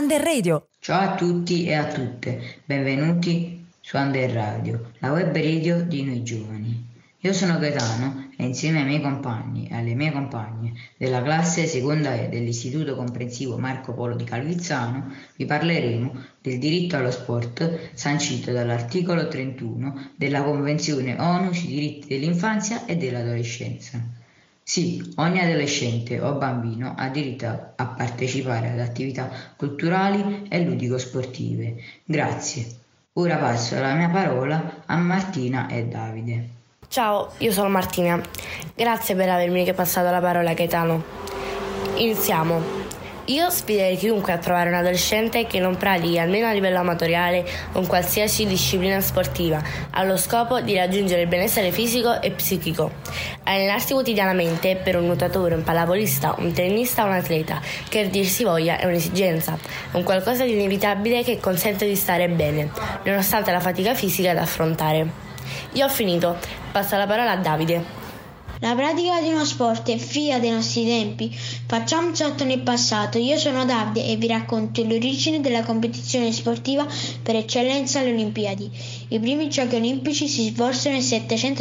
Under Radio. Ciao a tutti e a tutte, benvenuti su Under Radio, la web radio di noi giovani. Io sono Gaetano e insieme ai miei compagni e alle mie compagne della classe seconda E dell'Istituto Comprensivo Marco Polo di Calvizzano vi parleremo del diritto allo sport sancito dall'articolo 31 della Convenzione ONU sui diritti dell'infanzia e dell'adolescenza. Sì, ogni adolescente o bambino ha diritto a partecipare ad attività culturali e ludico-sportive. Grazie. Ora passo la mia parola a Martina e Davide. Ciao, io sono Martina. Grazie per avermi passato la parola, Gaetano. Iniziamo. Io sfiderei chiunque a trovare un adolescente che non pratichi, almeno a livello amatoriale, con qualsiasi disciplina sportiva, allo scopo di raggiungere il benessere fisico e psichico. Allenarsi quotidianamente per un nuotatore, un pallavolista, un tennista o un atleta, che dir si voglia, è un'esigenza, un qualcosa di inevitabile che consente di stare bene, nonostante la fatica fisica da affrontare. Io ho finito, passo la parola a Davide. La pratica di uno sport è figlia dei nostri tempi. Facciamo un salto nel passato. Io sono Davide e vi racconto l'origine della competizione sportiva per eccellenza alle Olimpiadi. I primi giochi olimpici si svolsero nel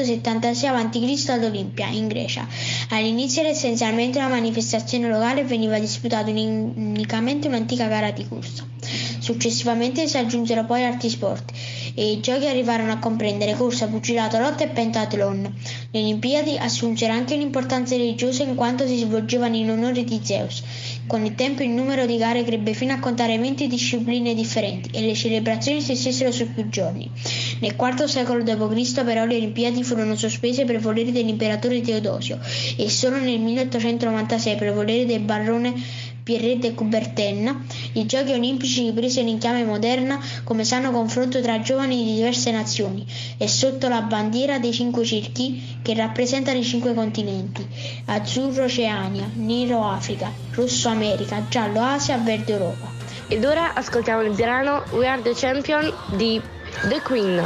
776 a.C. ad Olimpia, in Grecia. All'inizio era essenzialmente una manifestazione locale e veniva disputata unicamente un'antica gara di corsa. Successivamente si aggiunsero poi altri sport e i giochi arrivarono a comprendere corsa, pugilato, lotta e pentathlon. Le Olimpiadi assunsero anche un'importanza religiosa in quanto si svolgevano in onore di Zeus. Con il tempo il numero di gare crebbe fino a contare 20 discipline differenti e le celebrazioni si estesero su più giorni. Nel IV secolo d.C. però le Olimpiadi furono sospese per volere dell'imperatore Teodosio e solo nel 1896 per volere del barone Pierre de Coubertin i giochi olimpici ripresero in chiave moderna come sano confronto tra giovani di diverse nazioni e sotto la bandiera dei 5 cerchi che rappresentano i 5 continenti: azzurro Oceania, nero Africa, rosso America, giallo Asia, verde Europa. Ed ora ascoltiamo il brano We Are the Champion di The Queen.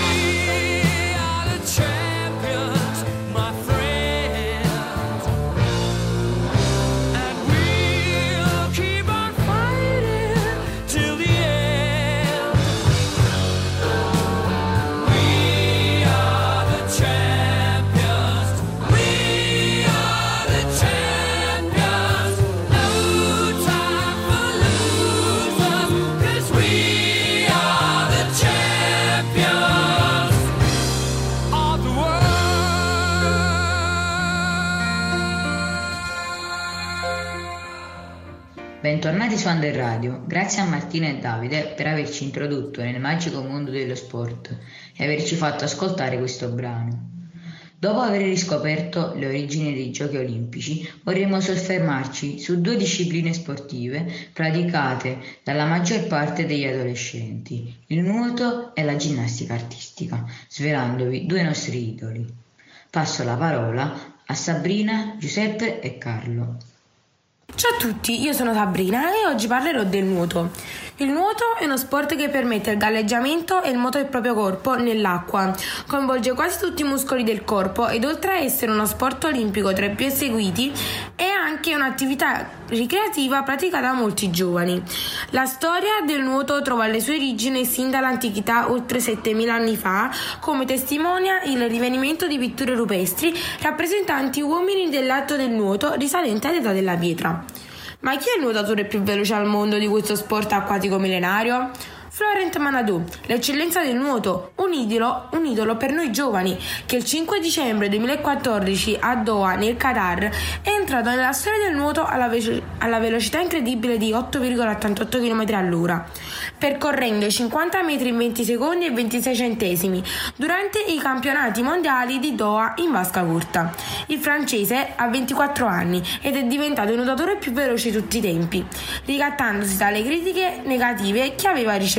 Bentornati su Under Radio, grazie a Martina e Davide per averci introdotto nel magico mondo dello sport e averci fatto ascoltare questo brano. Dopo aver riscoperto le origini dei giochi olimpici, vorremmo soffermarci su 2 discipline sportive praticate dalla maggior parte degli adolescenti, il nuoto e la ginnastica artistica, svelandovi 2 nostri idoli. Passo la parola a Sabrina, Giuseppe e Carlo. Ciao a tutti, io sono Sabrina e oggi parlerò del nuoto. Il nuoto è uno sport che permette il galleggiamento e il moto del proprio corpo nell'acqua. Coinvolge quasi tutti i muscoli del corpo ed oltre a essere uno sport olimpico tra i più eseguiti, è anche un'attività ricreativa praticata da molti giovani. La storia del nuoto trova le sue origini sin dall'antichità, oltre 7.000 anni fa, come testimonia il rinvenimento di pitture rupestri rappresentanti uomini dell'atto del nuoto risalente all'età della pietra. Ma chi è il nuotatore più veloce al mondo di questo sport acquatico millenario? Florent Manodou, l'eccellenza del nuoto, un idolo per noi giovani, che il 5 dicembre 2014 a Doha, nel Qatar, è entrato nella storia del nuoto alla velocità incredibile di 8,88 km all'ora, percorrendo i 50 metri in 20 secondi e 26 centesimi durante i campionati mondiali di Doha in vasca corta. Il francese ha 24 anni ed è diventato il nuotatore più veloce di tutti i tempi, ricattandosi dalle critiche negative che aveva ricevuto.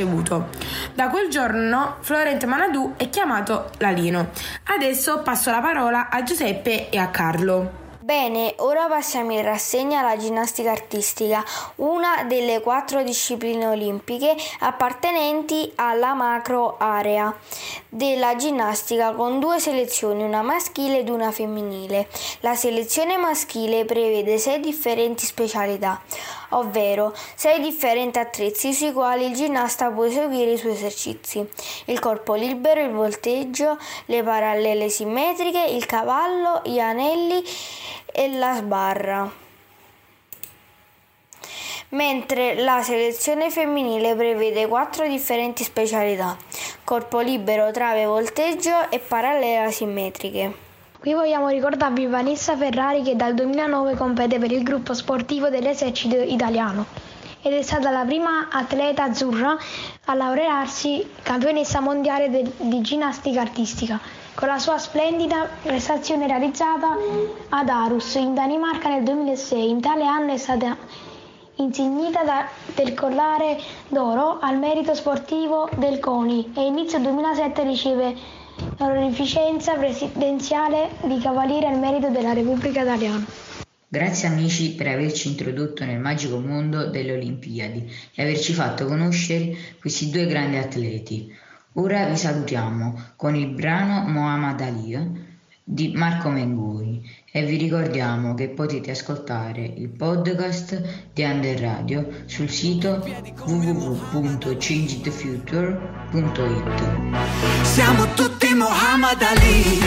Da quel giorno Florent Manodou è chiamato l'alieno. Adesso passo la parola a Giuseppe e a Carlo. Bene, ora passiamo in rassegna alla ginnastica artistica, una delle 4 discipline olimpiche appartenenti alla macro area della ginnastica, con 2 selezioni, una maschile ed una femminile. La selezione maschile prevede 6 differenti specialità, ovvero 6 differenti attrezzi sui quali il ginnasta può eseguire i suoi esercizi: il corpo libero, il volteggio, le parallele simmetriche, il cavallo, gli anelli e la sbarra. Mentre la selezione femminile prevede 4 differenti specialità: corpo libero, trave, volteggio e parallele simmetriche. Qui vogliamo ricordarvi Vanessa Ferrari, che dal 2009 compete per il gruppo sportivo dell'esercito italiano ed è stata la prima atleta azzurra a laurearsi campionessa mondiale di ginnastica artistica, con la sua splendida prestazione realizzata ad Aarhus in Danimarca nel 2006. In tale anno è stata insignita del collare d'oro al merito sportivo del CONI e inizio 2007 riceve l'onorificenza presidenziale di Cavaliere al merito della Repubblica Italiana. Grazie amici per averci introdotto nel magico mondo delle Olimpiadi e averci fatto conoscere questi 2 grandi atleti. Ora vi salutiamo con il brano Muhammad Ali di Marco Mengoni e vi ricordiamo che potete ascoltare il podcast di Under Radio sul sito www.changingthefuture.it. Siamo tutti Muhammad Ali.